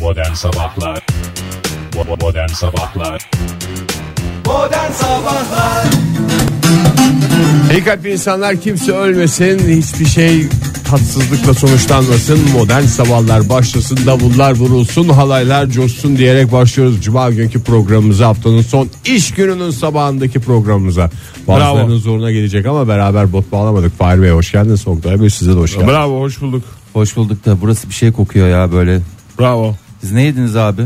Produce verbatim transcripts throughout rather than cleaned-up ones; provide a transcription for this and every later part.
Modern Sabahlar Modern Sabahlar Modern Sabahlar İyi kalpli insanlar, kimse ölmesin, hiçbir şey tatsızlıkla sonuçlanmasın. Modern Sabahlar başlasın, davullar vurulsun, halaylar coşsun diyerek başlıyoruz Cuma günkü programımıza, haftanın son iş gününün sabahındaki programımıza. Bazılarının zoruna gelecek ama beraber bot bağlamadık. Fahir Bey hoş geldiniz. Oktay Bey size de hoş geldiniz. Bravo, hoş bulduk. Hoş bulduk da burası bir şey kokuyor ya böyle. Bravo. Siz ne yediniz abi?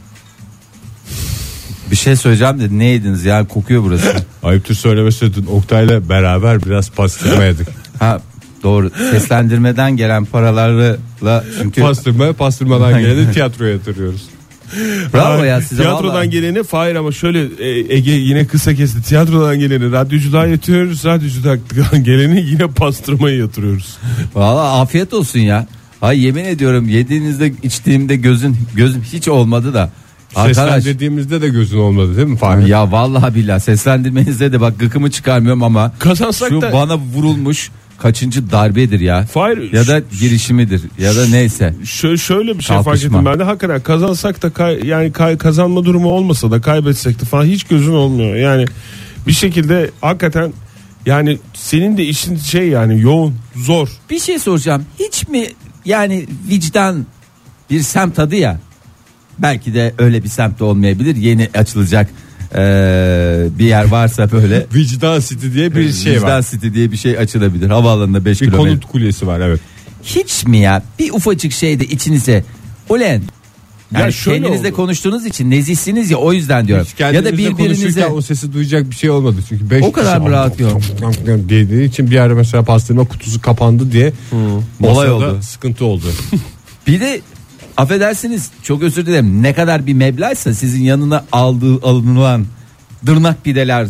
Bir şey söyleyeceğim de ne yediniz ya, kokuyor burası. Ayıptır söylemesi, dün Oktay'la beraber biraz pastırma yedik. Ha doğru, seslendirmeden gelen paralarla çünkü. Pastırma, pastırmadan geleni tiyatroya yatırıyoruz. Bravo ya size. Tiyatrodan vallahi. geleni Fahir, ama şöyle e, Ege yine kısa kesti. Tiyatrodan geleni radyoculuğa yatırıyoruz. Radyocudan geleni yine pastırmaya yatırıyoruz. Valla afiyet olsun ya. Ay yemin ediyorum, yediğinizde içtiğimde gözün gözüm hiç olmadı da. Arkadaş, Seslendirdiğimizde de gözün olmadı değil mi Fahir? ya vallahi billahi seslendirmenizde de bak gıkımı çıkarmıyorum ama Kazansak şu da bana vurulmuş kaçıncı darbedir ya. Fahir, Ya da girişimidir ya da neyse. Şöyle, şöyle bir şey Kalkışma. fark ettim ben de, hakikaten kazansak da kay, yani kay, kazanma durumu olmasa da kaybetsek de falan hiç gözün olmuyor. Yani bir şekilde hakikaten, yani senin de işin şey, yani yoğun, zor. Bir şey soracağım. Hiç mi yani vicdan bir semt adı ya. Belki de öyle bir semt olmayabilir. Yeni açılacak ee, bir yer varsa böyle. Vicdan City diye bir şey Vicdan var. City diye bir şey açılabilir. Havaalanında beş Bir kilometre. konut kulesi var, evet. Hiç mi ya bir ufacık şeyde içinize ulen. Yani Ya şöyle kendinizle oldu. konuştuğunuz için nezihsiniz ya, o yüzden diyorum. Hiç Ya da kendimizle birbirinize konuşurken o sesi duyacak bir şey olmadı. Çünkü beş O kadar kişi mı rahat yok? dediği için bir ara mesela pastırma kutusu kapandı diye Olay masada oldu. sıkıntı oldu. Bir de affedersiniz, çok özür dilerim, ne kadar bir meblağsa sizin yanına aldığı alınan tırnak pideler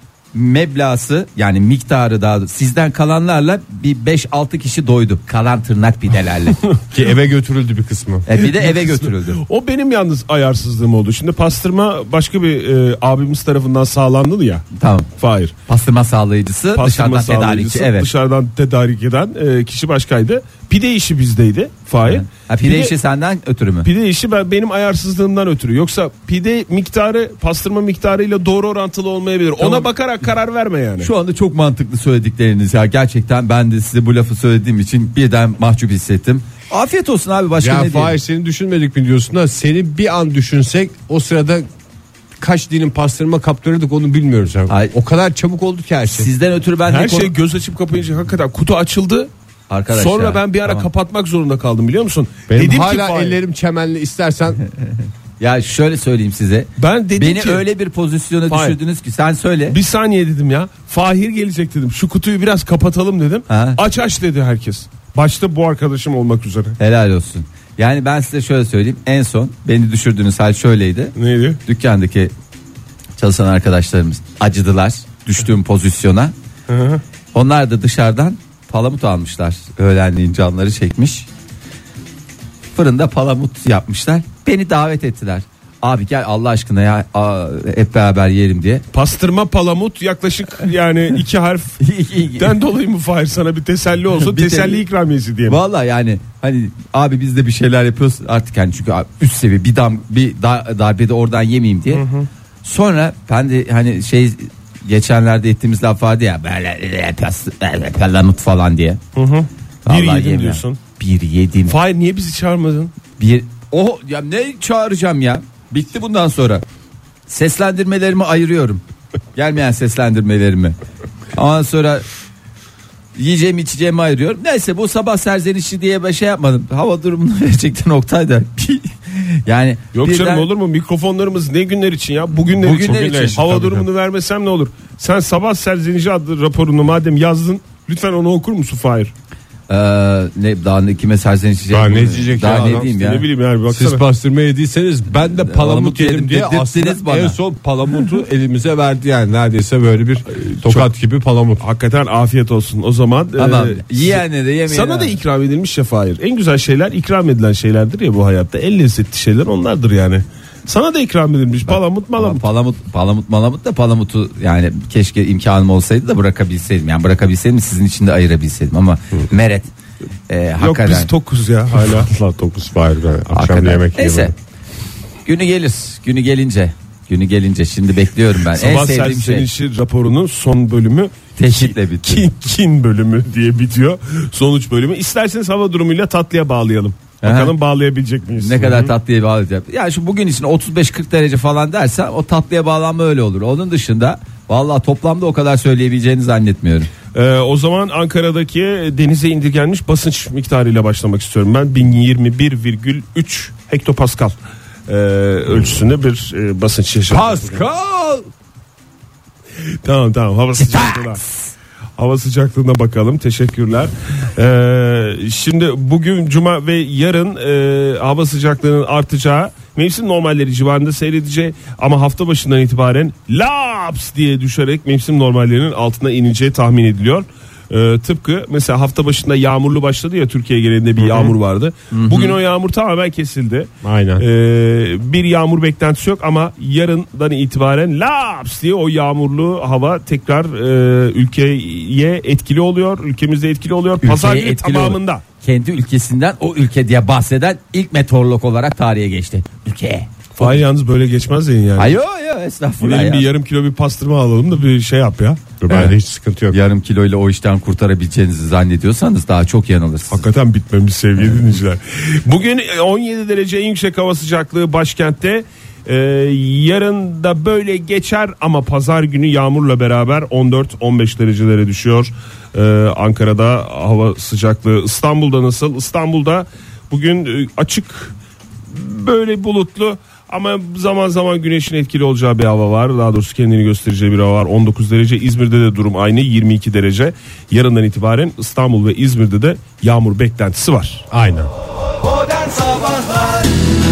meblası, yani miktarı daha sizden kalanlarla bir beş altı kişi doydu kalan tırnak pidelerle. Ki eve götürüldü bir kısmı. E bir de eve götürüldü. O benim yalnız ayarsızlığım oldu. Şimdi pastırma başka bir e, abimiz tarafından sağlandı ya. Tamam. Fahir. Pastırma sağlayıcısı, Pastırma dışarıdan tedarikçi, sağlayıcısı, evet. dışarıdan tedarik eden e, kişi başkaydı. Pide işi bizdeydi Fahir. Ha, pide, işi senden ötürü mü? Pide işi ben, benim ayarsızlığımdan ötürü. Yoksa pide miktarı pastırma miktarıyla doğru orantılı olmayabilir. Tamam. Ona bakarak karar verme yani. Şu anda çok mantıklı söyledikleriniz ya, gerçekten ben de size bu lafı söylediğim için birden mahcup hissettim. Afiyet olsun abi, başka Ya ne diyeyim? Fahir, seni düşünmedik mi diyorsun da seni bir an düşünsek o sırada kaç dilim pastırma kaptırırdık onu bilmiyoruz. Yani. Ay. O kadar çabuk oldu ki her şey. Sizden ötürü ben Her de şey konu- göz açıp kapayınca hakikaten kutu açıldı. Arkadaş Sonra ya, ben bir ara tamam. kapatmak zorunda kaldım, biliyor musun? Benim dedim hala ki Fahir, ellerim çemenli, istersen Ya şöyle söyleyeyim size. ben dedim Beni ki öyle bir pozisyona Hayır. düşürdünüz ki, sen söyle. bir saniye dedim ya. Fahir gelecek dedim. Şu kutuyu biraz kapatalım dedim. Ha. Aç aç dedi herkes. Başta bu arkadaşım olmak üzere. Helal olsun. Yani ben size şöyle söyleyeyim. En son beni düşürdüğünüz hal şöyleydi. Neydi? Dükkandaki çalışan arkadaşlarımız acıdılar düştüğüm pozisyona. Hı hı. Onlar da dışarıdan palamut almışlar. Öğlenliğin canları çekmiş. Fırında palamut yapmışlar. Beni davet ettiler. Abi gel Allah aşkına ya, aa, hep beraber yiyelim diye. Pastırma palamut yaklaşık yani iki harften dolayı mı Fahir, sana bir teselli olsun, Bir teselli te- ikramiyesi diye mi? Vallahi yani hani abi biz de bir şeyler yapıyoruz artık, yani çünkü abi üst seviye bir dam bir da, darbede oradan yemeyeyim diye. Sonra ben de hani şey, geçenlerde ettiğimiz laf vardı ya, böyle pas- palamut falan diye. Hı hı. Bir Vallahi yedim yemiyorum. diyorsun. Bir yedim. Fahir niye bizi çağırmadın? Bir o ya ne çağıracağım ya? Bitti bundan sonra. Seslendirmelerimi ayırıyorum. Gelmeyen seslendirmelerimi. Ondan sonra yiyeceğim içeceğimi ayırıyorum. Neyse, bu sabah serzenişi diye bir şey yapmadım. Hava durumunu verecektin Oktay'da. Yani Yok birden- canım, olur mu? Mikrofonlarımız ne günler için ya? Bugünler, Bugünler için. için. Hava Tabii, durumunu vermesem ne olur? Sen sabah serzenişi adlı raporunu madem yazdın, lütfen onu okur musun Fahir? Ee, ne daha ne kime serzenişeceğim? Daha ne diyecek Daha ya ne adam? diyeyim ya? Ne bileyim yani, baksana. siz pastırma yediyseniz ben de palamut Palamut yedim yedim diye dedirttiniz aslında bana. en son palamutu elimize verdi, yani neredeyse böyle bir tokat gibi palamut. Hakikaten afiyet olsun. O zaman Tamam. e, Yiyene de yemeyene. sana da ikram edilmiş ya Fahir. En güzel şeyler ikram edilen şeylerdir ya bu hayatta. En lezzetli şeyler onlardır yani. Sana da ikram edilmiş palamut Ama malamut. Palamut, palamut, malamut da palamutu, yani keşke imkanım olsaydı da bırakabilseydim. Yani bırakabilseydim, sizin için de ayırabilseydim ama meret. Ee, Yok hakikaten. biz tokuz ya hala. Allah dokuz Fahir. Akşam Hakikaten. yemek Neyse. yiyelim. Günü gelir. Günü gelince. Günü gelince şimdi bekliyorum ben. Sabah en sevdiğim şey. sersenişi raporunun son bölümü Tehditle bitti. kin, kin bölümü diye bitiyor. Sonuç bölümü. İsterseniz hava durumuyla tatlıya bağlayalım. Aha. Bakalım bağlayabilecek miyiz? Ne kadar tatlıya bağlayacağım. Yani şu bugün için otuz beş kırk derece falan dersen o tatlıya bağlanma öyle olur. Onun dışında vallahi toplamda o kadar söyleyebileceğini zannetmiyorum. Ee, o zaman Ankara'daki denize indirgenmiş basınç miktarıyla başlamak istiyorum. Ben bin yirmi bir virgül üç hektopascal e, ölçüsünde bir e, basınç yaşadım. Pascal. Tamam tamam hava sıcaklığına. Hava sıcaklığına bakalım. Teşekkürler. Ee, şimdi bugün cuma ve yarın e, hava sıcaklığının artacağı, mevsim normalleri civarında seyredeceği ama hafta başından itibaren laps diye düşerek mevsim normallerinin altına ineceği tahmin ediliyor. Ee, tıpkı mesela hafta başında yağmurlu başladı ya, Türkiye genelinde bir yağmur vardı. Hı-hı. Bugün o yağmur tamamen kesildi. Aynen. Ee, bir yağmur beklentisi yok ama yarından itibaren laps diye o yağmurlu hava tekrar e, ülkeye etkili oluyor. Ülkemizde etkili oluyor. Pazar günü tamamında. Olur. Kendi ülkesinden o ülke diye bahseden ilk meteorolog olarak tarihe geçti. Ülke. Hayır yalnız böyle geçmez yani. yani. Hayır yok estağfurullah Benim ya. bir yarım kilo bir pastırma alalım da bir şey yap ya. Bende Evet. hiç sıkıntı yok. Yarım kiloyla o işten kurtarabileceğinizi zannediyorsanız daha çok yanılırsınız. Hakikaten bitmemiş sevgili dinleyiciler. Bugün on yedi derece en yüksek hava sıcaklığı başkentte. Ee, yarın da böyle geçer ama pazar günü yağmurla beraber on dört on beş derecelere düşüyor. Ee, Ankara'da hava sıcaklığı. İstanbul'da nasıl? İstanbul'da bugün e, açık, böyle bulutlu ama zaman zaman güneşin etkili olacağı bir hava var. Daha doğrusu kendini göstereceği bir hava var. on dokuz derece. İzmir'de de durum aynı, yirmi iki derece. Yarından itibaren İstanbul ve İzmir'de de yağmur beklentisi var. Aynen. Modern Sabahlar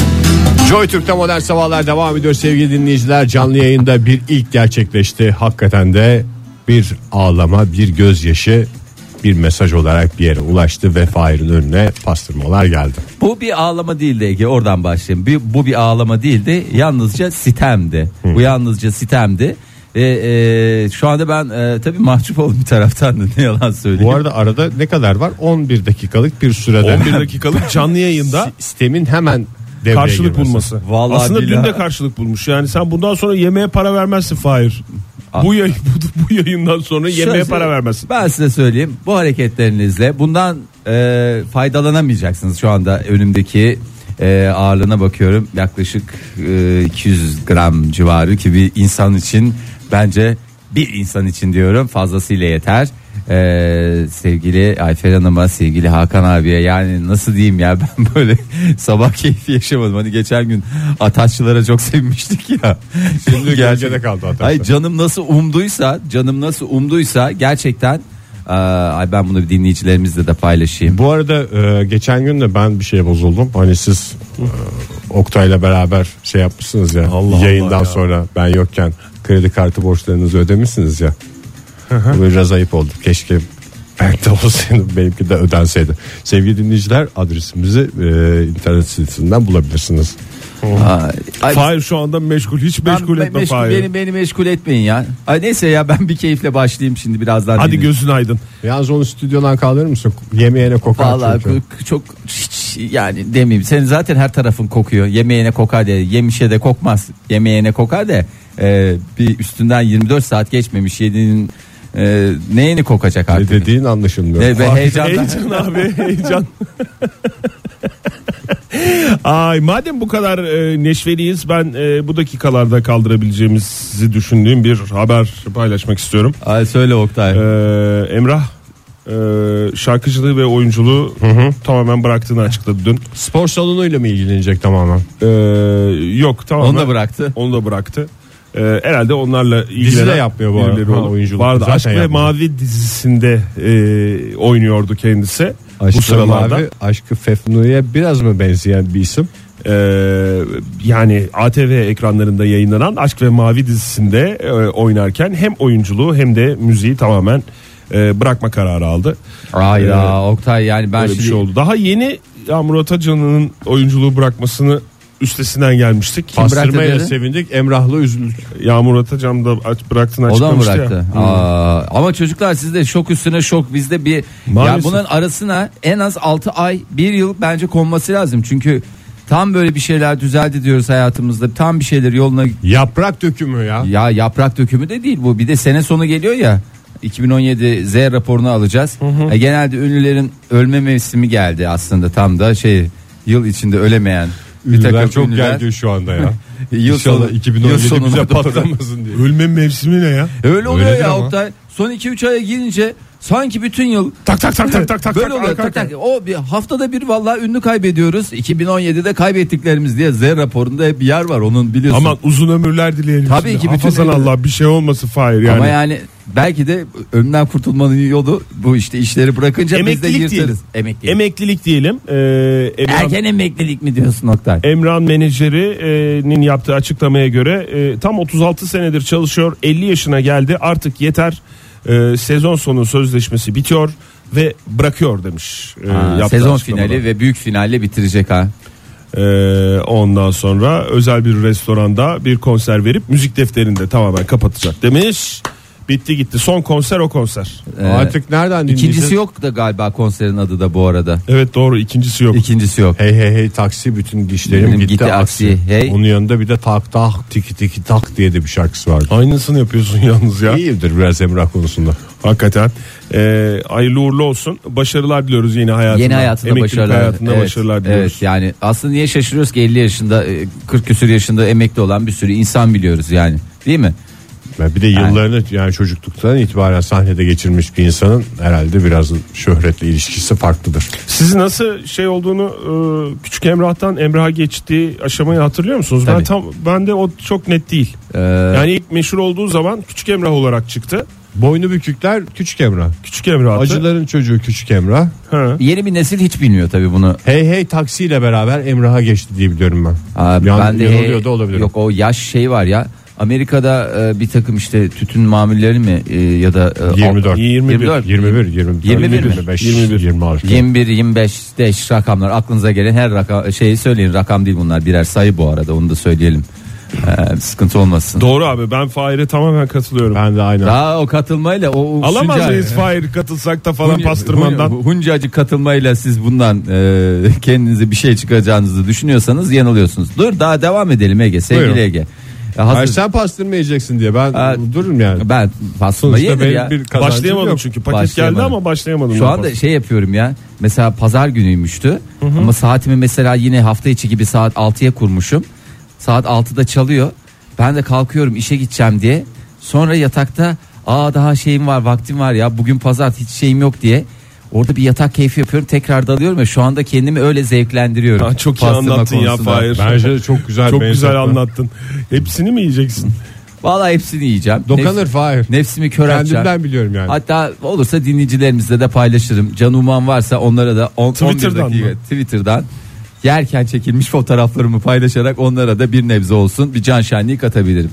Joy Türk'te Modern Sabahlar devam ediyor sevgili dinleyiciler. Canlı yayında bir ilk gerçekleşti. Hakikaten de bir ağlama, bir gözyaşı, bir mesaj olarak bir yere ulaştı ve Fahir'in önüne pastırmalar geldi. Bu bir ağlama değildi Ege, oradan başlayayım. Bir, bu bir ağlama değildi, yalnızca sitemdi. Hı. Bu yalnızca sitemdi. Ve e, şu anda ben e, tabii mahcup oldum bir taraftan da, ne yalan söyleyeyim. Bu arada arada ne kadar var? on bir dakikalık bir sürede. on bir dakikalık canlı yayında sistemin hemen devreye karşılık girmesi. bulması. Vallahi Aslında billahi. dün de karşılık bulmuş. Yani sen bundan sonra yemeğe para vermezsin Fahir. Ah. Bu, yayın, bu, bu yayından sonra yemeğe Şöyle, para vermezsin. Ben size söyleyeyim, bu hareketlerinizle bundan e, faydalanamayacaksınız. Şu anda önümdeki e, ağırlığına bakıyorum, yaklaşık e, iki yüz gram civarı, ki bir insan için, bence bir insan için diyorum, fazlasıyla yeter. Ee, sevgili Ayfer Hanım'a, sevgili Hakan abiye, yani nasıl diyeyim ya, ben böyle sabah keyfi yaşamadım. Hani geçen gün Ataççılara çok sevmiştik ya. Şimdi gölgede kaldı Ataçlar. Ay canım nasıl umduysa, canım nasıl umduysa gerçekten. Aa, ay ben bunu dinleyicilerimizle de paylaşayım. Bu arada e, geçen gün de ben bir şeye bozuldum. Hani siz e, Oktay'la beraber şey yapmışsınız ya. Allah yayından Allah ya. sonra ben yokken kredi kartı borçlarınızı ödemişsiniz ya. Bu biraz ayıp oldu. Keşke ben de olsaydım, benimki de ödenseydi. Sevgili dinleyiciler, adresimizi e, internet sitesinden bulabilirsiniz. Ay, ay, Fahir şu anda meşgul. Hiç ben- meşgul ben- etme meşgul, Fahir. beni, beni meşgul etmeyin ya. Ay neyse ya, ben bir keyifle başlayayım şimdi birazdan. Hadi dinleyin. gözün aydın. Yalnız onu stüdyodan kaldırır mısın? Yemeğine kokar Vallahi çünkü. k- çok hiç, yani demeyeyim. Senin zaten her tarafın kokuyor. Yemeğine kokar de, yemişe de kokmaz. Yemeğine kokar de e, bir üstünden yirmi dört saat geçmemiş yediğin e, neyini kokacak Ne artık? dediğin anlaşılmıyor. Ne, ve Abi, heyecandan. Heyecan abi heyecan. Ay madem bu kadar e, neşveliyiz, ben e, bu dakikalarda kaldırabileceğimizi düşündüğüm bir haber paylaşmak istiyorum. Ay söyle Oktay. Ee, Emrah e, şarkıcılığı ve oyunculuğu tamamen bıraktığını açıkladı dün. Spor salonuyla mı ilgilenecek tamamen? Ee, yok tamamen. Onu da bıraktı. Onu da bıraktı. Ee, herhalde onlarla ilgilenen Dizi de yapmıyor bu arada. birileri Ha, olur. oyunculuk Vardı. zaten Aşk ve yapmıyor. Mavi dizisinde e, oynuyordu kendisi. bu Aşkı sıralarda. Mavi, Aşkı Fefnu'ya biraz mı benzeyen bir isim? Ee, yani A T V ekranlarında yayınlanan Aşk ve Mavi dizisinde e, oynarken hem oyunculuğu hem de müziği tamamen e, bırakma kararı aldı. Ay ya Ee, Oktay, yani ben Böyle bir şimdi şey oldu. Daha yeni Yağmur Atacan'ın oyunculuğu bırakmasını üstesinden gelmiştik. Pastırmayla bıraktı dedi? sevindik, Emrah'la üzüldük. Yağmur Atacan da aç bıraktın O da mı açıklamıştı bıraktı? ya. Aa, ama çocuklar sizde şok üstüne şok, bizde bir Maalesef. ya bunun arasına en az altı ay bir yıl bence konması lazım. Çünkü tam böyle bir şeyler düzeldi diyoruz hayatımızda. Tam bir şeyler yoluna, Yaprak dökümü ya. ya yaprak dökümü de değil bu. Bir de sene sonu geliyor ya. iki bin on yedi Z raporunu alacağız. E, genelde ünlülerin ölme mevsimi geldi aslında, tam da şey yıl içinde ölemeyen bir Ünlüler takım çok ünlüler. geldi şu anda ya. Yıl İnşallah sonu- iki bin on yıl yedi sonuna bize doğru. patlamasın diye. Ölme mevsimi ne ya? Öyle oluyor Öyledir ya ama. Oktay. Son iki üç aya girince sanki bütün yıl Tak tak tak tak tak tak. böyle tak, oluyor. arka Tak, arkaya. tak. O bir haftada bir vallahi ünlü kaybediyoruz. iki bin on yedide kaybettiklerimiz diye Z raporunda hep bir yer var, onun biliyorsun. Aman uzun ömürler dileyelim. Tabii şimdi. ki bütün Hafızan ünlü- Allah bir şey olmasın Fahir yani. Ama yani belki de ölümden kurtulmanın yolu bu, işte işleri bırakınca biz de Emeklilik yırtarız. diyelim. Emeklilik. Emeklilik diyelim. Ee, Emrah, Erken emeklilik mi diyorsun Oktay? Emrah'ın menajerinin yaptığı açıklamaya göre e, tam otuz altı senedir çalışıyor. elli yaşına geldi. Artık yeter. E, sezon sonu sözleşmesi bitiyor ve bırakıyor demiş. E, Ha, yaptığı sezon açıklamada. finali ve büyük finalle bitirecek ha. E, ondan sonra özel bir restoranda bir konser verip müzik defterini de tamamen kapatacak demiş. Bitti gitti. Son konser o konser. Ee, Artık nereden dinleyeceğiz? İkincisi yok da galiba konserin adı da bu arada. Evet doğru, ikincisi yok. İkincisi yok. Hey hey hey taksi bütün dişlerim Benim gitti, gitti aksi. aksi, hey. Onun yanında bir de tak tak tiki tiki tak diye de bir şarkısı vardı. Aynısını yapıyorsun yalnız ya. İyidir biraz Emrah konusunda. Hakikaten. Ee, hayırlı uğurlu olsun. Başarılar diliyoruz yeni hayatında. Yeni hayatında Emeklilik başarılar. hayatında Evet, başarılar diliyoruz. evet, yani aslında niye şaşırıyoruz ki elli yaşında e, kırk küsur yaşında emekli olan bir sürü insan biliyoruz yani. Değil mi? Ve bir de yıllarını yani çocukluktan itibaren sahnede geçirmiş bir insanın herhalde biraz şöhretle ilişkisi farklıdır. Siz nasıl şey olduğunu e, küçük Emrah'tan Emrah'a geçtiği aşamayı hatırlıyor musunuz? Ben Tabii. tam ben de o çok net değil. Ee, Yani ilk meşhur olduğu zaman küçük Emrah olarak çıktı. Boynu bükükler küçük Emrah. Küçük Emrah'tı. Acıların çocuğu küçük Emrah. Ha. Yeni bir nesil hiç bilmiyor tabii bunu. Hey hey taksiyle beraber Emrah'a geçti diye biliyorum ben. Aa, Yan- ben de yanılıyor da olabilirim. Yok, o yaş şey var ya. Amerika'da e, bir takım işte tütün mamulleri mi e, ya da e, yirmi dört. yirmi bir. yirmi dört. yirmi bir, yirmi dört, yirmi bir mi? yirmi beş, yirmi bir. yirmi altı. yirmi bir yirmi beş beş rakamlar, aklınıza gelen her rakam şeyi söyleyin, rakam değil bunlar, birer sayı bu arada, onu da söyleyelim. Ee, sıkıntı olmasın. Doğru abi, ben Fahir'e tamamen katılıyorum. Ben de aynen. Daha o katılmayla o, o Alamaz şunca- mıyız Fahir katılsak da falan Hun- pastırmandan? hun- Huncacık katılmayla siz bundan e, kendinize bir şey çıkaracağınızı düşünüyorsanız yanılıyorsunuz. Dur daha devam edelim Ege, sevgili Buyurun. Ege. Ya hazır- Hayır sen pastırma yiyeceksin diye ben Aa, dururum yani. ben pastırma Sonuçta yenir benim ya. bir kazancım Başlayamadım yok. çünkü paket Başlayamadım. geldi ama başlayamadım. Şu ben anda pastırma. şey yapıyorum ya. Mesela pazar günüymüştü. Ama saatimi mesela yine hafta içi gibi saat altıya kurmuşum. Saat altıda çalıyor. Ben de kalkıyorum işe gideceğim diye. Sonra yatakta aa daha şeyim var, vaktim var ya, bugün pazar hiç şeyim yok diye. Orada bir yatak keyfi yapıyorum, tekrar dalıyorum ve şu anda kendimi öyle zevklendiriyorum. Ha, çok iyi Pastırma anlattın ya konusunda. Fahir. Bence de çok güzel. Çok benzetme. güzel anlattın. Hepsini mi yiyeceksin? Vallahi hepsini yiyeceğim. Dokanır Nefs- Fahir. Nefsimi körelteceğim. Kendimden biliyorum yani. Hatta olursa dinleyicilerimizle de paylaşırım. Can Uman varsa onlara da on, Twitter'dan on bir dakika mı? Twitter'dan yerken çekilmiş fotoğraflarımı paylaşarak onlara da bir nebze olsun bir can şenliği katabilirim.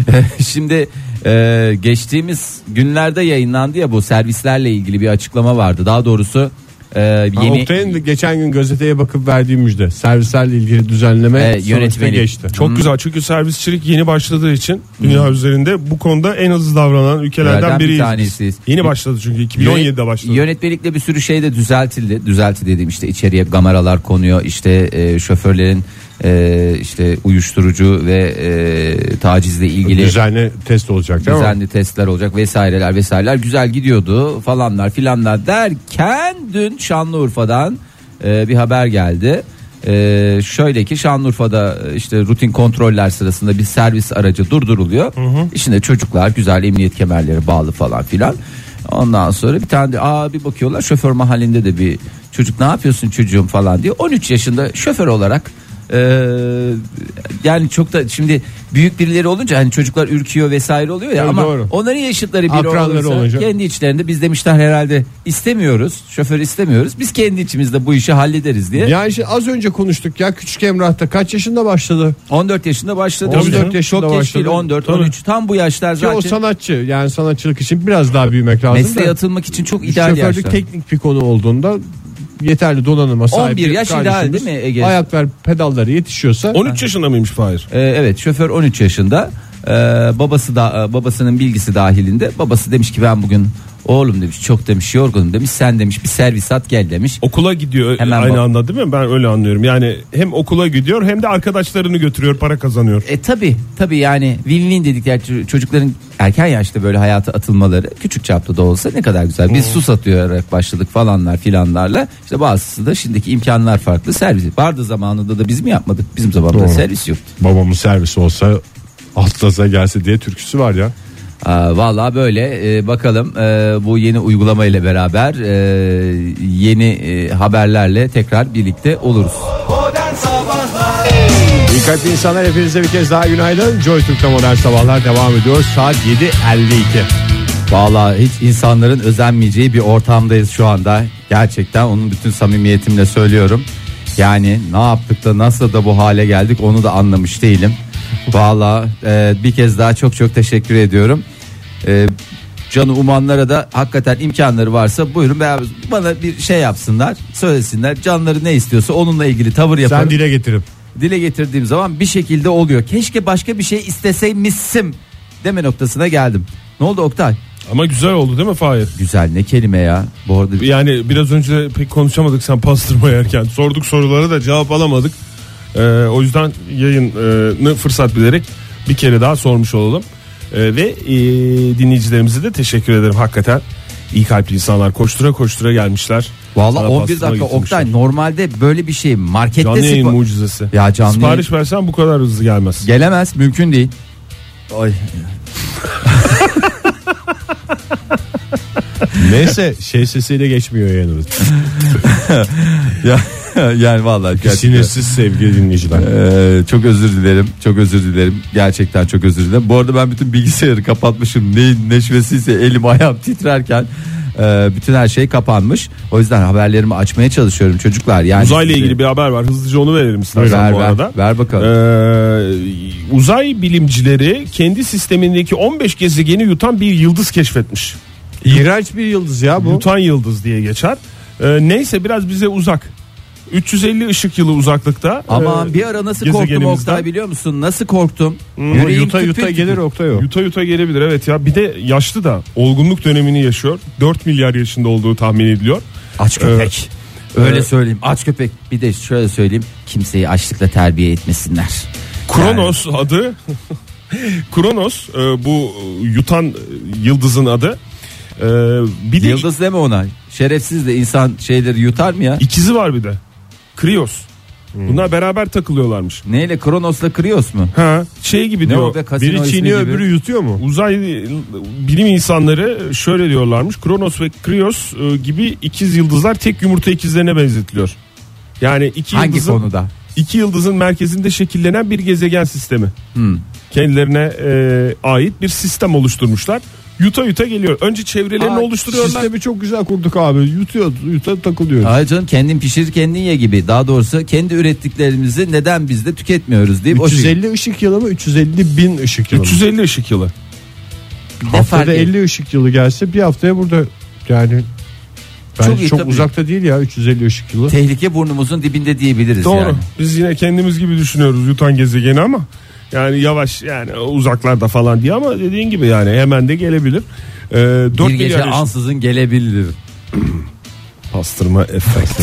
Şimdi e, geçtiğimiz günlerde yayınlandı ya, bu servislerle ilgili bir açıklama vardı. Daha doğrusu e, Ha, yeni Oktay'ın geçen gün gazeteye bakıp verdiği müjde. Servislerle ilgili düzenleme E, sonuçta yönetmeliği. geçti. Çok Hmm. güzel, çünkü servisçilik yeni başladığı için dünya üzerinde bu konuda en hızlı davranan ülkelerden Ülkelerden bir biriyiz. biz. tanesiyiz. Yeni başladı çünkü iki bin on yedide başladı. Yönetmelikle bir sürü şey de düzeltildi. Düzelti dediğim işte içeriye kameralar konuyor. İşte e, şoförlerin e, işte uyuşturucu ve e, tacizle ilgili Düzenli test olacak değil mi? düzenli testler olacak vesaireler vesaireler, güzel gidiyordu falanlar filanlar derken dün Şanlıurfa'dan e, bir haber geldi. E, şöyle ki Şanlıurfa'da e, işte rutin kontroller sırasında bir servis aracı durduruluyor. İçinde çocuklar, güzel emniyet kemerleri bağlı falan filan. Ondan sonra bir tane de aa bir bakıyorlar, şoför mahallinde de bir çocuk, ne yapıyorsun çocuğum falan diye, on üç yaşında şoför olarak. Ee, yani çok da şimdi büyük birileri olunca hani çocuklar ürküyor vesaire oluyor ya, Evet, ama doğru. onların yaşıtları biri Akranları olursa olunca. kendi içlerinde biz demişler herhalde istemiyoruz, şoför istemiyoruz, biz kendi içimizde bu işi hallederiz diye. Yani işte az önce konuştuk ya, küçük Emrah'ta kaç yaşında başladı? on dört yaşında başladı. on dört yaşında çok geç değil, başladı. on dört Tabii. on üç tam bu yaşlar Ki zaten. o sanatçı, yani sanatçılık için biraz daha büyümek lazım Mesleğe da. atılmak için çok ideal Şoförlük yaşlar. teknik bir konu olduğunda yeterli donanıma sahip on bir yaş ideal kardeşimiz, değil mi Ege? ayaklar pedalları yetişiyorsa on üç yaşında mıymış Fahir? Ee, evet, şoför on üç yaşında. Ee, babası da babasının bilgisi dahilinde. Babası demiş ki ben bugün oğlum demiş çok demiş yorgunum demiş. Sen demiş bir servis at gel demiş. Okula gidiyor Hemen aynı bak- anda değil mi? Ben öyle anlıyorum. Yani hem okula gidiyor hem de arkadaşlarını götürüyor, para kazanıyor. E tabi tabi yani win-win dedikleri ç- çocukların erken yaşta böyle hayata atılmaları küçük çapta da olsa ne kadar güzel. Biz su satıyorlar başladık falanlar filanlarla. İşte bazısı da şimdiki imkanlar farklı, servis. Vardı zamanında da biz mi yapmadık? Bizim zamanında Doğru. servis yok. babamın servisi olsa Atlas'a gelse diye türküsü var ya. Aa, vallahi böyle e, bakalım e, bu yeni uygulama ile beraber e, yeni e, haberlerle tekrar birlikte oluruz. Modern Sabahlar. Dikkatli insanlar, hepinize bir kez daha günaydın. Joy Türk'te Modern Sabahlar devam ediyor. Saat yedi elli iki. Vallahi hiç insanların özenmeyeceği bir ortamdayız şu anda. Gerçekten onun bütün samimiyetimle söylüyorum. Yani ne yaptık da nasıl da bu hale geldik onu da anlamış değilim. Vallahi e, bir kez daha çok çok teşekkür ediyorum. E, canı umanlara da hakikaten imkanları varsa buyurun beraber bana bir şey yapsınlar, söylesinler. Canları ne istiyorsa onunla ilgili tavır yaparım. Sen dile getirip. Dile getirdiğim zaman bir şekilde oluyor. Keşke başka bir şey isteseymişsim deme noktasına geldim. Ne oldu Oktay? Ama güzel oldu değil mi Fahir? Güzel ne kelime ya. Bu arada Yani biraz önce pek konuşamadık sen pastırma yerken. Sorduk sorulara da cevap alamadık. Ee, o yüzden yayını fırsat bilerek bir kere daha sormuş olalım. Ee, ve e, dinleyicilerimize de teşekkür ederim. Hakikaten iyi kalpli insanlar koştura koştura gelmişler. Vallahi Sana on bir pastırma dakika getirmişler. Oktay, normalde böyle bir şey markette Canlı yayın sipa- mucizesi. Ya canlı Sipariş versen bu kadar hızlı gelmez. gelemez, mümkün değil. Ay. Neyse şey sesiyle geçmiyor yayınımız. ya yani vallahi gerçekten. Sinirsiz sevgili dinleyiciler. Ee, çok özür dilerim. Çok özür dilerim. Gerçekten çok özür dilerim. Bu arada ben bütün bilgisayarı kapatmışım. Neyin neşvesiyse elim ayağım titrerken e, bütün her şey kapanmış. O yüzden haberlerimi açmaya çalışıyorum çocuklar. Yani Uzayla size- ilgili bir haber var. Hızlıca onu verelim istersen ver, bu ver, arada. ver bakalım. Ee, uzay bilimcileri kendi sistemindeki on beş gezegeni yutan bir yıldız keşfetmiş. İğrenç bir yıldız ya bu. Yutan yıldız diye geçer. Ee, neyse biraz bize uzak. üç yüz elli ışık yılı uzaklıkta. Aman Ee, bir ara nasıl korktum gezegenimizden. Oktay biliyor musun? Nasıl korktum? Ama Yüreğim yuta tüpür yuta tüpür. gelir Oktay o. Yuta yuta gelebilir evet ya. Bir de yaşlı da olgunluk dönemini yaşıyor. dört milyar yaşında olduğu tahmin ediliyor. Aç köpek. Ee, Öyle e, söyleyeyim. Aç köpek. Bir de şöyle söyleyeyim. Kimseyi açlıkla terbiye etmesinler. Kronos adı. Kronos e, bu yutan yıldızın adı. E, bir de Yıldız deme ona. Şerefsiz de insan şeyleri yutar mı ya? ikizi var bir de. Krios. Bunlar beraber takılıyorlarmış. Neyle? Kronos'la Krios mu? Ha, şey gibi Ne diyor. o be, kasino Biri ismi çiğniyor gibi. öbürü yutuyor mu? Uzay bilim insanları şöyle diyorlarmış. Kronos ve Krios e, gibi ikiz yıldızlar tek yumurta ikizlerine benzetiliyor. Yani iki Hangi yıldızın konuda? iki yıldızın merkezinde şekillenen bir gezegen sistemi. Hmm. Kendilerine e, ait bir sistem oluşturmuşlar. Yuta yuta geliyor. Önce çevrelerini Aa, oluşturuyorlar. Sistemi çok güzel kurduk abi. Yutuyor, yuta takılıyor. Hayır canım, kendin pişir kendin ye gibi. Daha doğrusu kendi ürettiklerimizi neden biz de tüketmiyoruz deyip o üç yüz şey- elli ışık yılı mı? üç yüz elli bin ışık yılı mı? üç yüz elli ışık yılı. Ne fark Haftada et- elli ışık yılı gelse bir haftaya burada yani Çok bence iyi çok, tabii. uzakta değil ya üç yüz elli ışık yılı. Tehlike burnumuzun dibinde diyebiliriz Doğru. yani. Biz yine kendimiz gibi düşünüyoruz yutan gezegeni ama yani yavaş yani uzaklarda falan diye ama dediğin gibi yani hemen de gelebilir. Ee, dört Bir gece milyar yaş- ansızın gelebilir. pastırma efekt.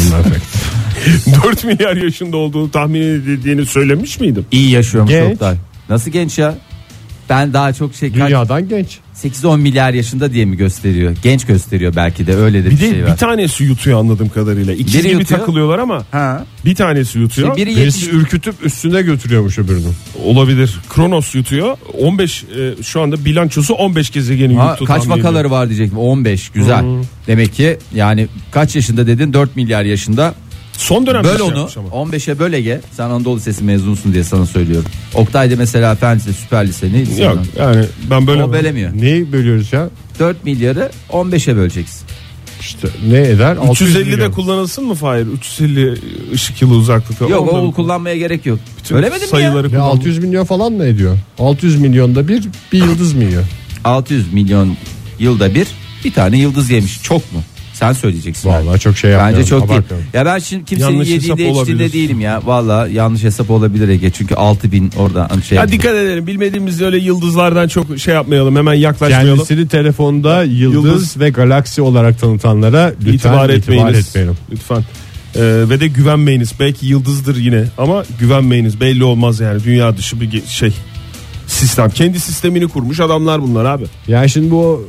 dört milyar yaşında olduğunu tahmin edildiğini söylemiş miydim? İyi yaşıyormuş Genç. Oktay. Nasıl genç ya? Ben daha çok şey kaç- Dünyadan genç. sekiz on milyar yaşında diye mi gösteriyor? Genç gösteriyor belki de, öyle de bir, Bir de şey var. bir tanesi yutuyor anladığım kadarıyla. İkiz Biri gibi yutuyor. takılıyorlar ama Ha. bir tanesi yutuyor. İşte biri Birisi yetmiş. ürkütüp üstüne götürüyormuş öbürünü. Olabilir. Kronos yutuyor. on beş e, şu anda bilançosu on beş gezegeni Ha, yuttu. kaç tahmin vakaları ediyorum. var diyecektim. on beş güzel. Hmm. Demek ki yani kaç yaşında dedin? dört milyar yaşında. Son dönemde Böl şey onu yapmış ama. on beşe böl Ege. Sen Anadolu Lisesi mezunsun diye sana söylüyorum. Oktay'da mesela fen lisesi, süper lise neydi? Yok senin? yani ben böyle O bölemiyor. Neyi bölüyoruz ya? dört milyarı on beşe böleceksin. İşte ne eder? üç yüz altı yüz elli de milyon. kullanılsın mı Fahir? üç yüz elli ışık yılı uzaklıkta. Yok Onları o kullanmaya gerek yok. bütün Öyle mi ya? sayıları Ya kullan- altı yüz milyon falan mı ediyor? altı yüz milyonda bir bir yıldız mı yiyor? altı yüz milyon yılda bir bir tane yıldız yemiş. Çok mu? Sen söyleyeceksin. Vallahi yani. çok şey yapmıyorum. Bence çok değil. Abartıyorum. Ya ben şimdi kimsenin Yanlış yediğinde hesap içtiğinde olabilir. değilim ya. Vallahi yanlış hesap olabilir Ege. Çünkü altı bin oradan şey. Ya dikkat edelim, bilmediğimiz öyle yıldızlardan çok şey yapmayalım, hemen yaklaşmayalım. Kendisini telefonda yıldız, Yıldız ve galaksi olarak tanıtanlara lütfen itibar itibar, etmeyiniz. etmeyelim. Lütfen. Ee, ve de güvenmeyiniz. Belki yıldızdır yine ama güvenmeyiniz. Belli olmaz yani. Dünya dışı bir ge- şey sistem. Kendi sistemini kurmuş adamlar bunlar abi. Yani şimdi bu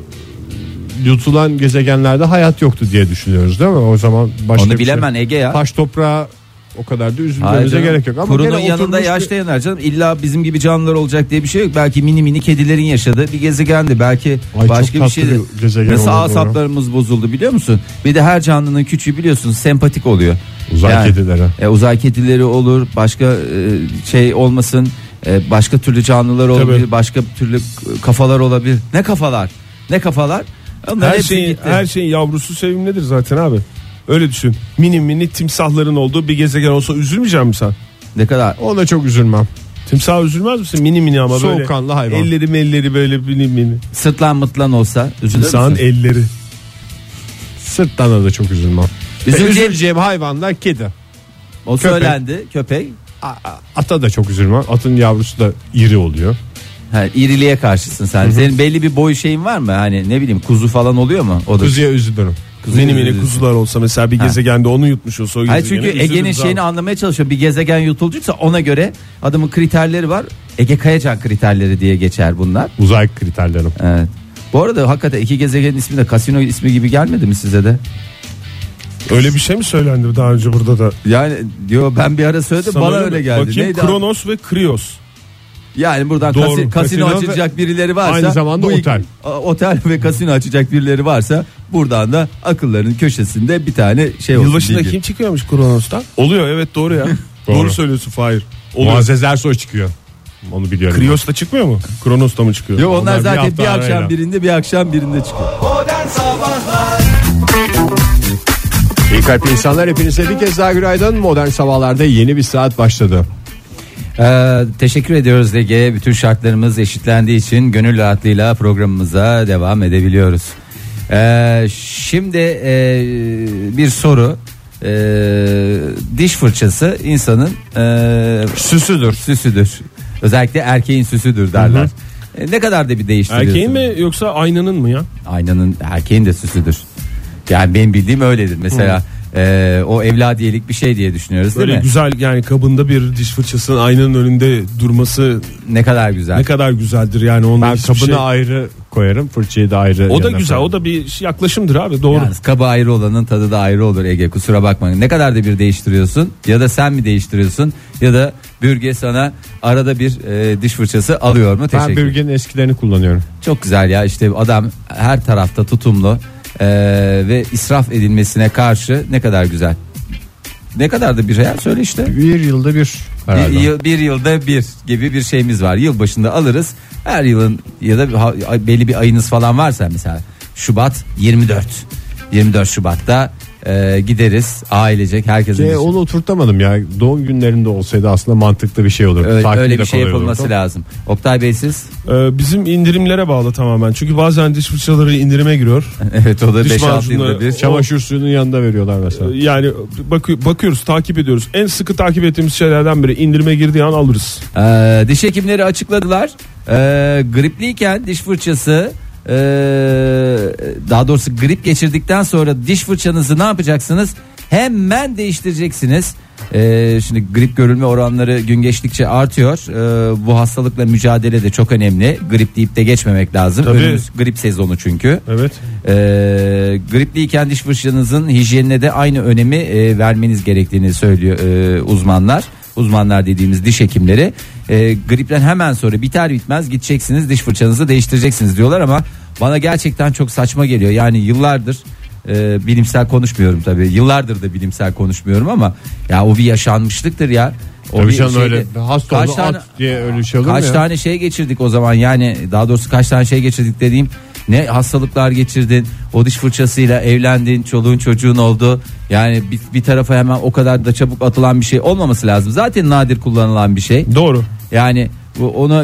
yutulan gezegenlerde hayat yoktu diye düşünüyoruz değil mi? O zaman başka Onu bir bilemem şey. Ege ya. Taş toprağa o kadar da Hayır üzülmemize canım. gerek yok. Ama Kurunun gene yanında oturmuş yaş bir- da yanar canım. İlla bizim gibi canlılar olacak diye bir şey yok. Belki mini mini kedilerin yaşadığı bir gezegendi. Belki Ay, başka çok bir tatlı şeydi. bir gezegen Mesela olur bu. asaplarımız bozuldu biliyor musun? Bir de her canlının küçüğü biliyorsun sempatik oluyor. Uzay Yani, kedileri. E, uzay kedileri olur. Başka e, şey olmasın. E, başka türlü canlılar olabilir. Tabii. Başka türlü kafalar olabilir. Ne kafalar? Ne kafalar? Onlar Her hepsi şeyin gitti. her şeyin yavrusu sevimlidir zaten abi. Öyle düşün. Mini mini timsahların olduğu bir gezegen olsa üzülmeyecek misin sen? Ne kadar? Ona çok üzülmem. Timsah üzülmez misin? Mini mini ama böyle. Soğukkanlı hayvan. Elleri melleri böyle mini mini. Sırtlan mıtlan olsa üzülür Timsahın müsün? elleri. Sırttan da çok üzülmem. Üzüleceğim- Üzüleceğim hayvanlar kedi. O köpek. söylendi. Köpek. A- a- Ata da çok üzülmem. Atın yavrusu da iri oluyor. Ha, iriliğe karşısın sen. Senin belli bir boy şeyin var mı? Hani ne bileyim kuzu falan oluyor mu? O da Kuzuya üzülürüm. kuzu Mini mini üzülürsün. kuzular olsa mesela bir Ha. gezegende onu yutmuş olsa o Hayır gezegene çünkü Ege'nin üzülürüz şeyini abi. anlamaya çalışıyor. Bir gezegen yutulacaksa ona göre adamın kriterleri var. Ege Kayacan kriterleri diye geçer bunlar. Uzay kriterlerim. Evet. Bu arada hakikaten iki gezegenin ismi de kasino ismi gibi gelmedi mi size de? Öyle bir şey mi söylendi daha önce burada da? Yani diyor ben bir ara söyledim Sana bana öyle öyle mi? geldi. Bakayım, Neydi? Kronos ve Krios. Yani buradan Doğru. kasi- kasino, Kasino açacak birileri varsa aynı zamanda bu iki- otel. a- otel ve kasino açacak birileri varsa buradan da akıllarının köşesinde bir tane şey olsun. Yılbaşında bilgi. kim çıkıyormuş Kronos'tan? Oluyor evet doğru ya. doğru. Doğru. söylüyorsun Fahir. Oluyor. Muazzez Ersoy çıkıyor. Onu biliyorum. Krios da çıkmıyor mu? Kronos da mı çıkıyor? Yok onlar, Onlar bir zaten hafta bir akşam arayla. birinde bir akşam birinde çıkıyor. Modern Sabahlar İyi kalpli insanlar, hepinize bir kez daha günaydın. Modern Sabahlar'da yeni bir saat başladı. Ee, teşekkür ediyoruz Ege'ye. Bütün şartlarımız eşitlendiği için gönül rahatlığıyla programımıza devam edebiliyoruz. Ee, şimdi e, bir soru. Ee, diş fırçası insanın e, Süsüdür. süsüdür. Özellikle erkeğin süsüdür derler. E, ne kadar da bir değiştiriyorsun? Erkeğin mi yoksa aynanın mı ya? Aynanın erkeğin de süsüdür. Yani benim bildiğim öyledir. Mesela e, o evladiyelik bir şey diye düşünüyoruz değil Böyle mi? güzel yani kabında bir diş fırçasının aynanın önünde durması Ne kadar güzel. ne kadar güzeldir yani. Onda Ben hiçbir kabını şey- ayrı koyarım, fırçayı da ayrı. O da yana güzel, koyarım. o da bir yaklaşımdır abi, doğru. Yalnız kabı ayrı olanın tadı da ayrı olur Ege, kusura bakmayın. Ne kadar da bir değiştiriyorsun ya da sen mi değiştiriyorsun ya da Bürge sana arada bir e, diş fırçası alıyor mu? Ben Teşekkür. Bürge'nin eskilerini kullanıyorum. Çok güzel ya, işte adam her tarafta tutumlu e, ve israf edilmesine karşı ne kadar güzel. Ne kadar da bir ya, söyle işte. Bir yılda bir herhalde. Bir, yıl, bir yılda bir gibi bir şeyimiz var. Yıl başında alırız. Her yılın ya da ha- belli bir ayınız falan varsa, mesela Şubat yirmi dört. yirmi dört Şubat'ta e, gideriz ailecek herkesin. Şey, onu oturtamadım ya. Doğum günlerinde olsaydı aslında mantıklı bir şey olurdu. öyle, Takip öyle de bir şey kolay yapılması olurdu. lazım. Oktay Bey siz? Ee, bizim indirimlere bağlı tamamen. Çünkü bazen diş fırçaları indirime giriyor. Evet, o da Diş beş altı macunları- yılda bir. Çamaşır suyunun yanında veriyorlar mesela. Ee, Yani bakı- bakıyoruz, takip ediyoruz. En sıkı takip ettiğimiz şeylerden biri, indirime girdiği an alırız. Ee, diş hekimleri açıkladılar. Ee, gripliyken diş fırçası, ee, daha doğrusu grip geçirdikten sonra diş fırçanızı ne yapacaksınız? Hemen değiştireceksiniz. Ee, şimdi grip görülme oranları gün geçtikçe artıyor. Ee, bu hastalıkla mücadele de çok önemli. Grip deyip de geçmemek lazım. Tabii. Önümüz grip sezonu çünkü. Evet. Ee, gripliyken diş fırçanızın hijyenine de aynı önemi e, vermeniz gerektiğini söylüyor e, uzmanlar. Uzmanlar dediğimiz diş hekimleri. E, gripten hemen sonra biter bitmez gideceksiniz, diş fırçanızı değiştireceksiniz diyorlar ama bana gerçekten çok saçma geliyor. Yani yıllardır e, bilimsel konuşmuyorum tabii. Yıllardır da bilimsel konuşmuyorum ama ya o bir yaşanmışlıktır ya. O Tabii bir canım, şeyde- öyle hasta kaç oldu tane- at diye öyle şey olur mu Kaç ya? tane şey geçirdik o zaman, yani daha doğrusu kaç tane şey geçirdik dediğim, ne hastalıklar geçirdin, o diş fırçasıyla evlendin, çoluğun çocuğun oldu. Yani bir, bir tarafa hemen o kadar da çabuk atılan bir şey olmaması lazım. Zaten nadir kullanılan bir şey. Doğru. Yani bu- ona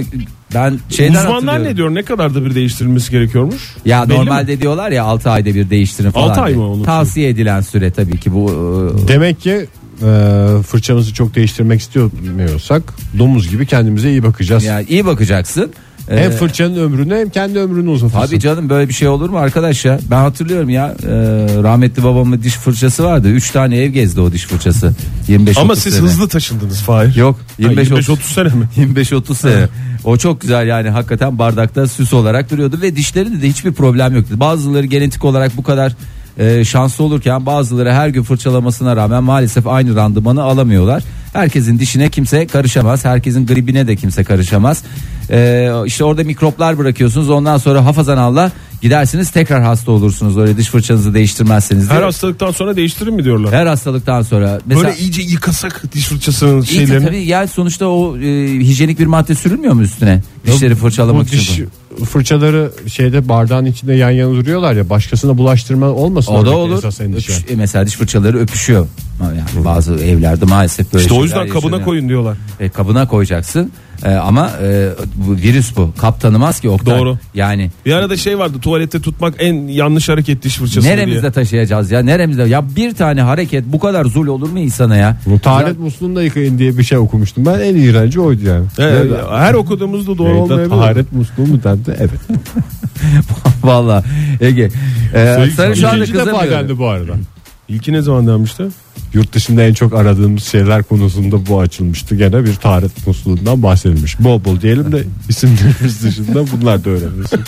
Ben şeyden Uzmanlar hatırlıyorum. ne diyor? Ne kadar da bir değiştirilmesi gerekiyormuş? Ya Belli normalde mi? diyorlar ya altı ayda bir değiştirin falan. altı ay diye. mı onun? Tavsiye edilen süre tabii ki bu. e, Demek ki e, fırçamızı çok değiştirmek istemiyorsak domuz gibi kendimize iyi bakacağız. Yani iyi bakacaksın. Hem Ee, fırçanın ömrünü hem kendi ömrünü uzatırsın. Tabii canım, böyle bir şey olur mu arkadaş ya? Ben hatırlıyorum ya, e, rahmetli babamın diş fırçası vardı. üç tane ev gezdi o diş fırçası. yirmi beş Ama otuz siz sene. hızlı taşındınız Fahir. Yok, yirmi beş otuz sene mi? yirmi beş otuz sene. O çok güzel yani, hakikaten bardakta süs olarak duruyordu ve dişlerinde de hiçbir problem yoktu. Bazıları genetik olarak bu kadar e, şanslı olurken bazıları her gün fırçalamasına rağmen maalesef aynı randımanı alamıyorlar. Herkesin dişine kimse karışamaz. Herkesin gribine de kimse karışamaz. E, işte orada mikroplar bırakıyorsunuz. Ondan sonra hafazan Allah gidersiniz, tekrar hasta olursunuz. Öyle diş fırçanızı değiştirmezseniz. Her diye. hastalıktan sonra değiştirir mi diyorlar? Her hastalıktan sonra. Mesela, Böyle iyice yıkasak diş fırçasının İyi de şeylerini. tabii yani sonuçta o e, hijyenik bir madde sürülmüyor mu üstüne? Dişleri fırçalamak Bu diş için. fırçaları şeyde bardağın içinde yan yana duruyorlar ya, başkasına bulaştırma olmasın. O da oradaki olur. esas endişe. Öpüş- e, mesela diş fırçaları öpüşüyor. Yani bazı evlerde maalesef böyle İşte o şeyler yüzden kabına yaşanıyor. koyun diyorlar. E, kabına koyacaksın. E, ama e, bu virüs bu. Kap tanımaz ki Oktay. Doğru. Yani Bir arada şey vardı, tuvalette tutmak en yanlış hareket diş fırçası neremizde diye. taşıyacağız ya? Neremizde? Ya bir tane hareket bu kadar zul olur mu insana ya? Bu taharet musluğunu da yıkayın diye bir şey okumuştum. Ben en iğrenci oydu yani. Evet, her okuduğumuzda doğru Yayında olmayabilir. taharet musluğu mu dendi? Evet. Vallahi Ege. E, sen şu anda İkinci defa kızamıyorum. geldi bu arada. İlki ne zaman denmişti? Yurt dışında en çok aradığımız şeyler konusunda bu açılmıştı. Gene bir taharet musluğundan bahsedilmiş. Bol bol diyelim de isimlerimiz dışında bunlar da öğrenilsin.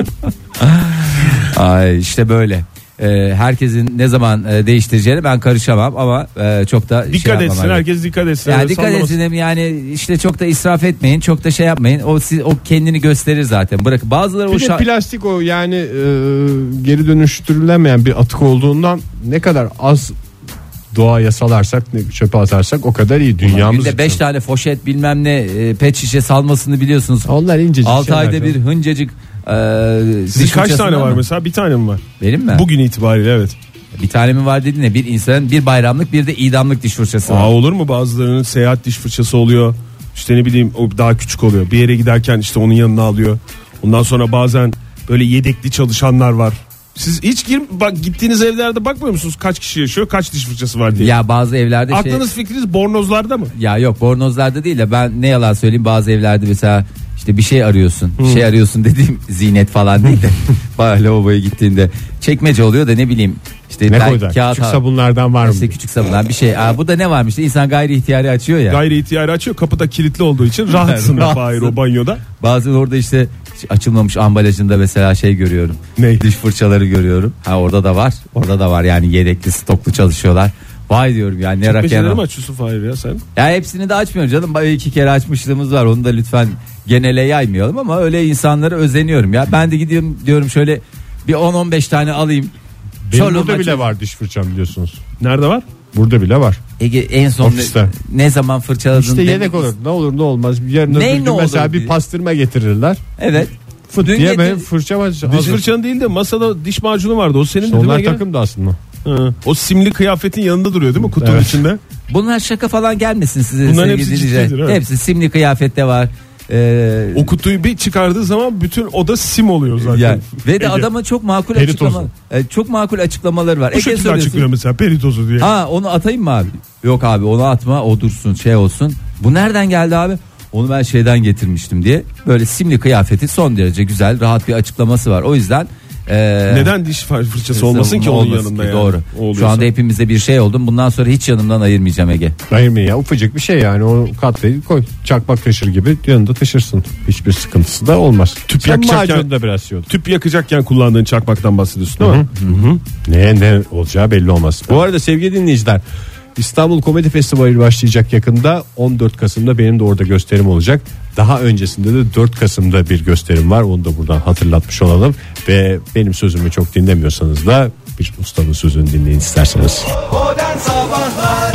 Ay işte böyle. Ee, herkesin ne zaman e, değiştireceğini ben karışamam ama e, çok da Dikkat şey yapmam etsin, lazım. herkes dikkat etsin. Yani Öyle dikkat sallamasın. etsin yani, işte çok da israf etmeyin, çok da şey yapmayın. O siz, o kendini gösterir zaten. Bırak bazıları o Bir de şa- plastik o yani e, geri dönüştürülemeyen bir atık olduğundan ne kadar az doğaya salarsak, ne- çöpe atarsak o kadar iyi dünyamız günde beş için. tane foşet bilmem ne e, pet şişe salmasını biliyorsunuz. Onlar incecik altı şeyler ayda canım. bir hıncacık e, Sizin diş kaç tane fırçasından var mı? mesela? Bir tane mi var? Benim mi? Bugün itibariyle evet. Bir tane mi var dedin, ne? Bir insanın bir bayramlık bir de idamlık diş fırçası var. Aa, olur mu? Bazılarının seyahat diş fırçası oluyor. İşte ne bileyim, o daha küçük oluyor. Bir yere giderken işte onun yanına alıyor. Ondan sonra bazen böyle yedekli çalışanlar var. Siz hiç gir bak, gittiğiniz evlerde bakmıyor musunuz kaç kişi yaşıyor, kaç diş fırçası var diye? Ya bazı evlerde şey... Aklınız fikriniz bornozlarda mı? Ya yok, bornozlarda değil de ben ne yalan söyleyeyim, bazı evlerde mesela işte bir şey arıyorsun. Bir şey arıyorsun dediğim zinet falan değil de bayağı lavaboya gittiğinde çekmece oluyor da ne bileyim işte Ne belki koydular? kağıt Küçük al- sabunlardan var mı? işte küçük sabunlar bir şey. Aa, bu da ne varmış işte, insan gayri ihtiyari açıyor ya. Gayri ihtiyari açıyor, kapıda kilitli olduğu için rahatsın Rahatsın. Fahir o banyoda. Bazen orada işte açılmamış ambalajında mesela şey görüyorum. Ne? Diş fırçaları görüyorum. Ha orada da var. Orada da var yani, yedekli stoklu çalışıyorlar. Vay diyorum yani, ne Çekmeceleri rakam. mi açıyorsun Fahir ya sen? Ya hepsini de açmıyorum canım. Bayağı iki kere açmışlığımız var. Onu da lütfen genele yaymayalım ama öyle insanlara özeniyorum ya. Ben de gidiyorum diyorum şöyle bir on on beş tane alayım. Benim Çoluğum burada bile açıyor. var diş fırçam biliyorsunuz. Nerede var? Burada bile var. Ege en son Ofiste. ne, ne zaman fırçaladın? İşte demek- yedek olur. Ne olur ne olmaz. Yarın Ne öbür ne gün olur mesela diye. bir pastırma getirirler. Evet. Fıt Dün diye getir- benim fırçam hazır. Diş fırçanın değil de masada diş macunu vardı. O senin İşte değil mi onlar Ege? takım da aslında. Hı. O simli kıyafetin yanında duruyor değil mi kutunun Evet. içinde? Bunlar şaka falan gelmesin size. Bunların sevgili hepsi dinleyiciler. ciddidir, evet. Hepsi simli kıyafette var. Ee, O kutuyu bir çıkardığı zaman bütün oda sim oluyor zaten. yani, ve de Ege. adamın çok makul Peritozu. açıklama, e, çok makul açıklamaları var. Bu şekilde soruyorsun. açıklıyor mesela peritozu diye. Ha onu atayım mı abi? Yok abi onu atma, o dursun şey olsun. Bu nereden geldi abi? Onu ben şeyden getirmiştim diye. Böyle simli kıyafeti son derece güzel, rahat bir açıklaması var. O yüzden e, Neden diş fırçası olmasın ki onun olmasın yanında ki, yani? Doğru. Oluyorsa. Şu anda hepimize bir şey oldum. Bundan sonra hiç yanımdan ayırmayacağım Ege. Hayır mı ya, ufacık bir şey yani, o katlayı koy, çakmak taşır gibi yanında taşırsın, hiçbir sıkıntısı da olmaz. Tüp Sen yakacakken- macunu da biraz yiyordu. Tüp yakacakken kullandığın çakmaktan bahsediyorsun değil mi? Ne ne olacağı belli olmaz. Bu arada sevgili dinleyiciler, İstanbul Komedi Festivali başlayacak yakında. On dört Kasım'da benim de orada gösterim olacak. Daha öncesinde de dört Kasım'da bir gösterim var. Onu da buradan hatırlatmış olalım. Ve benim sözümü çok dinlemiyorsanız da bir ustanın sözünü dinleyin isterseniz. Modern Sabahlar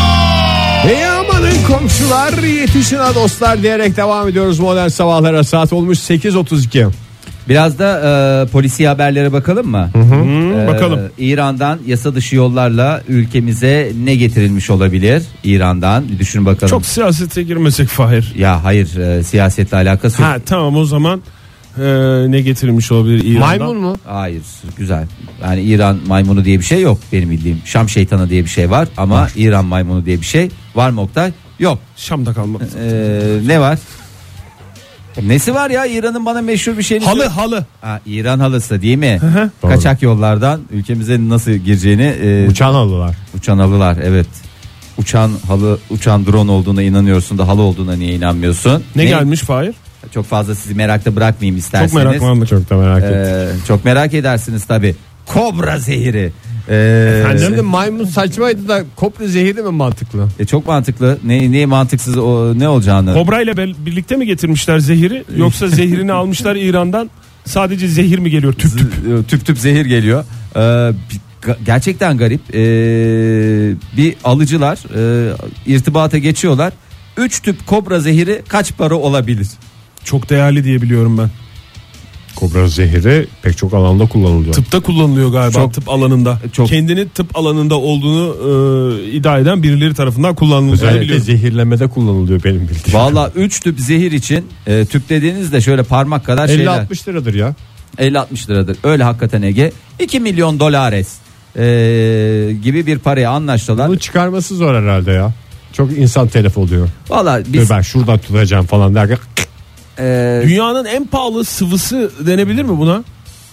Hey amanın komşular, yetişin ha dostlar diyerek devam ediyoruz modern sabahlara. Saat olmuş sekiz otuz iki. Biraz da e, polisi haberlere bakalım mı? Hmm, Ee, bakalım. İran'dan yasa dışı yollarla ülkemize ne getirilmiş olabilir? İran'dan bir düşün bakalım. Çok siyasete girmesek Fahir. Ya hayır, e, siyasetle alakası yok. Ha tamam o zaman e, ne getirilmiş olabilir İran'dan? Maymun mu? Hayır, güzel. Yani İran maymunu diye bir şey yok benim bildiğim. Şam şeytanı diye bir şey var ama var. İran maymunu diye bir şey var mı Oktay? Yok. Şam'da kalmadı. Ee, ne var? Nesi var ya İran'ın bana meşhur bir şeyini Halı söyle- halı. Ha, İran halısı değil mi? hı. Kaçak yollardan ülkemize nasıl gireceğini e, Uçağın aldılar. uçan halılar, evet. Uçan halı, uçan drone olduğuna inanıyorsun da halı olduğuna niye inanmıyorsun? Ne, gelmiş Fahir? Çok fazla sizi merakta bırakmayayım isterseniz. Çok meraklandık. Çok da merak ettim. Ee, çok merak edersiniz tabi. Kobra zehiri. Ee, Şimdi maymun saçmaydı da kobra zehiri mi mantıklı? e, çok mantıklı. Ne, ne mantıksız o, ne olacağını. Kobra ile bel- birlikte mi getirmişler zehiri yoksa zehirini almışlar İran'dan sadece zehir mi geliyor tüp tüp? Z- tüp tüp zehir geliyor. Ee, bir- ga- gerçekten garip. Ee, bir alıcılar e, irtibata geçiyorlar. üç tüp kobra zehiri kaç para olabilir? Çok değerli diye biliyorum ben. Kobra zehiri pek çok alanda kullanılıyor. Tıpta kullanılıyor galiba Çok- tıp alanında. çok- Kendini tıp alanında olduğunu e, iddia eden birileri tarafından kullanıldığını Özellikle biliyorum. zehirlemede kullanılıyor benim bildiğim. Valla üç tüp zehir için e, tüp dediğinizde şöyle parmak kadar elli şeyler. altmış liradır ya. elli altmış liradır. Öyle hakikaten Ege. iki milyon dolares e, gibi bir paraya anlaştılar. Bunu çıkarması zor herhalde ya. Çok insan telef oluyor. Valla Biz... biz Ben şuradan tutacağım falan derken e, Dünyanın en pahalı sıvısı denebilir mi buna?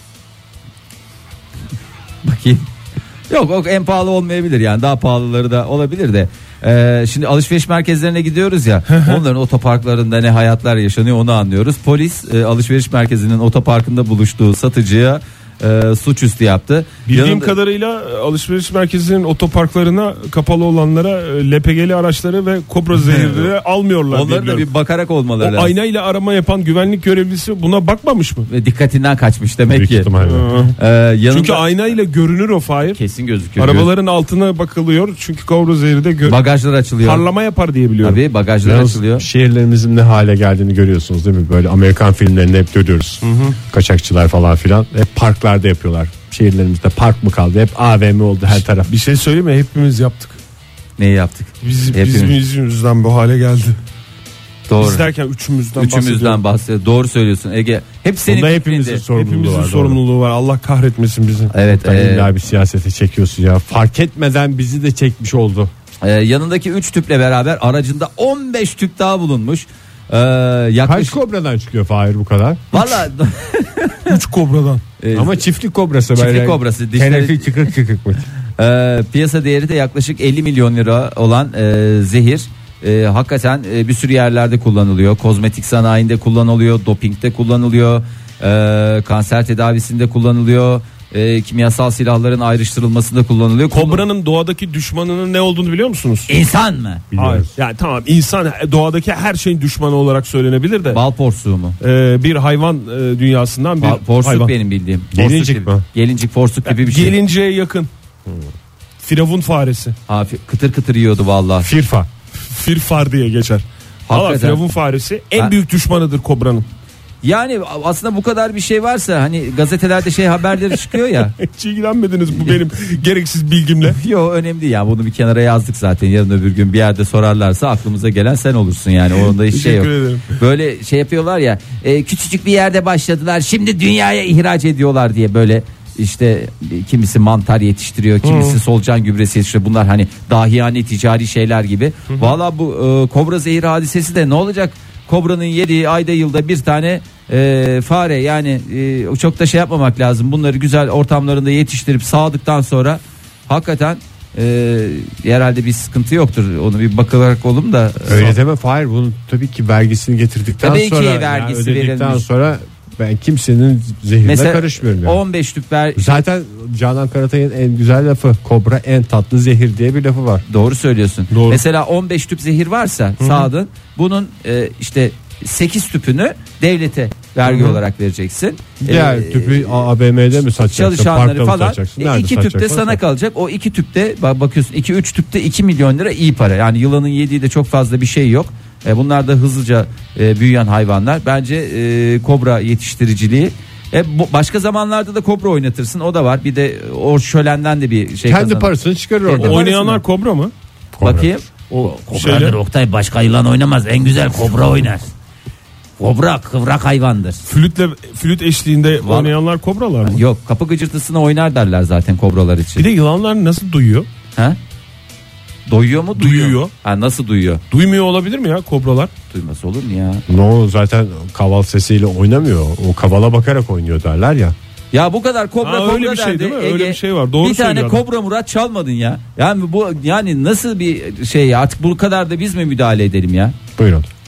bakayım. Yok o en pahalı olmayabilir yani daha pahalıları da olabilir de. Ee, şimdi alışveriş merkezlerine gidiyoruz ya onların otoparklarında ne hayatlar yaşanıyor onu anlıyoruz. Polis e, alışveriş merkezinin otoparkında buluştuğu satıcıya e, suçüstü yaptı. Bildiğim Yanında- kadarıyla alışveriş merkezinin otoparklarına kapalı olanlara e, L P G'li araçları ve kobra zehirleri almıyorlar diye onların da biliyorum. bir bakarak olmaları O lazım. aynayla arama yapan güvenlik görevlisi buna bakmamış mı? Ve dikkatinden kaçmış demek büyük ki. ihtimalle. Ee, yanında... Çünkü aynayla görünür o Fahir. kesin gözüküyor. Arabaların altına bakılıyor çünkü kobra zehri de gö- Bagajlar açılıyor. parlama yapar diye biliyorum. Tabii bagajlar Yalnız açılıyor. şehirlerimizin ne hale geldiğini görüyorsunuz değil mi? Böyle Amerikan filmlerinde hep görüyoruz. Kaçakçılar falan filan hep parklarda yapıyorlar. Şehirlerimizde park mı kaldı? Hep A V M oldu her taraf. Bir şey söyleyeyim mi? Hepimiz yaptık. Neyi yaptık? Biz, Hepimiz. bizim yüzümüzden bu hale geldi. Doğru. Biz derken üçümüzden Üçümüzden bahsediyor. Doğru söylüyorsun Ege. Hep senin Bunda fikrindi. hepimizin sorumluluğu Hepimizin var. sorumluluğu var. Allah kahretmesin bizi. Evet. Doğru. e, İlla bir siyasete çekiyorsun ya. Fark etmeden bizi de çekmiş oldu. e, yanındaki üç tüple beraber aracında on beş tüp daha bulunmuş. E, Kaç yaklaşık. kobradan çıkıyor Fahir bu kadar? Valla Üç kobradan. e, Ama çiftlik kobrası Çiftlik böyle. kobrası, dişleri- Kenefi çıkık çıkık mı? e, piyasa değeri de yaklaşık elli milyon lira olan e, zehir. E, hakikaten e, bir sürü yerlerde kullanılıyor. Kozmetik sanayinde kullanılıyor, dopingde kullanılıyor, e, kanser tedavisinde kullanılıyor, e, kimyasal silahların ayrıştırılmasında kullanılıyor. Kobranın doğadaki düşmanının ne olduğunu biliyor musunuz? İnsan mı? Hayır. Yani tamam insan doğadaki her şeyin düşmanı olarak söylenebilir de. Bal porsuğu mu? Ee, bir hayvan e, dünyasından bir Ba- porsuk hayvan. benim bildiğim. Gelincik Porsuk gibi. mi? Gelincik porsuk gibi bir şey. Gelinceye yakın. Firavun faresi. Ha, fi- kıtır kıtır yiyordu vallahi. Firfa. Firfar diye geçer. Valla Hakikaten. Firavun faresi en Ha. büyük düşmanıdır kobranın. Yani aslında bu kadar bir şey varsa hani gazetelerde şey haberleri çıkıyor ya. Hiç ilgilenmediniz bu benim gereksiz bilgimle. Yo önemli değil ya, bunu bir kenara yazdık zaten. Yarın öbür gün bir yerde sorarlarsa aklımıza gelen sen olursun yani. Onda hiç şey yok. Teşekkür ederim. Böyle şey yapıyorlar ya, e, küçücük bir yerde başladılar şimdi dünyaya ihraç ediyorlar diye, böyle işte kimisi mantar yetiştiriyor, kimisi solucan gübresi yetiştiriyor. Bunlar hani dahiyane ticari şeyler gibi. Valla bu e, kobra zehri hadisesi de ne olacak? Kobranın yediği ayda yılda bir tane e, fare, yani e, çok da şey yapmamak lazım. Bunları güzel ortamlarında yetiştirip sağdıktan sonra hakikaten e, herhalde bir sıkıntı yoktur. Onu bir bakarak olalım da. Öyle deme Fahir, bunun tabii ki vergisini getirdikten Tabii ki sonra vergisi yani ödedikten verilmiş. sonra ben kimsenin zehrine Mesela karışmıyorum. Yani. on beş tüp ver. Zaten Canan Karatay'ın en güzel lafı, kobra en tatlı zehir diye bir lafı var. Doğru söylüyorsun. Doğru. Mesela on beş tüp zehir varsa sağdın, bunun e, işte sekiz tüpünü devlete vergi olarak vereceksin. Diğer E, tüpü A V M'de mi satacaksın? çalışanları Parkta mı falan satacaksın? e, Nerede iki tüpte satacaksın? sana Sat. kalacak. O iki tüpte bak- bakıyorsun iki üç tüpte iki milyon lira iyi para. Yani yılanın yediği de çok fazla bir şey yok. E, bunlar da hızlıca e, büyüyen hayvanlar. Bence e, kobra yetiştiriciliği E, bu, başka zamanlarda da kobra oynatırsın, o da var. Bir de o şölenden de bir şey Kendi kazanır. parasını çıkarır Kendi orada. Oynayanlar kobra mı? Bakayım. O Kobradır şeyle Oktay, başka yılan oynamaz, en güzel kobra oynar. Kobra kıvrak hayvandır. flütle flüt eşliğinde Vallahi- oynayanlar kobralar mı? Yok, kapı gıcırtısına oynar derler zaten kobralar için. Bir de yılanlar nasıl duyuyor? Ha? Doyuyor mu? Duyuyor. Ha, nasıl duyuyor? Duymuyor olabilir mi ya kobralar? Duyması olur mu ya? No, zaten kaval sesiyle oynamıyor. O kavala bakarak oynuyor derler ya. Ya bu kadar kobra Ha, kobra öyle bir şey derdi, değil mi? Ege. Öyle bir şey var. Doğru Bir tane söylüyor adam. kobra Murat çalmadın ya. Yani bu, yani nasıl bir şey ya, artık bu kadar da biz mi müdahale edelim ya? Buyurun.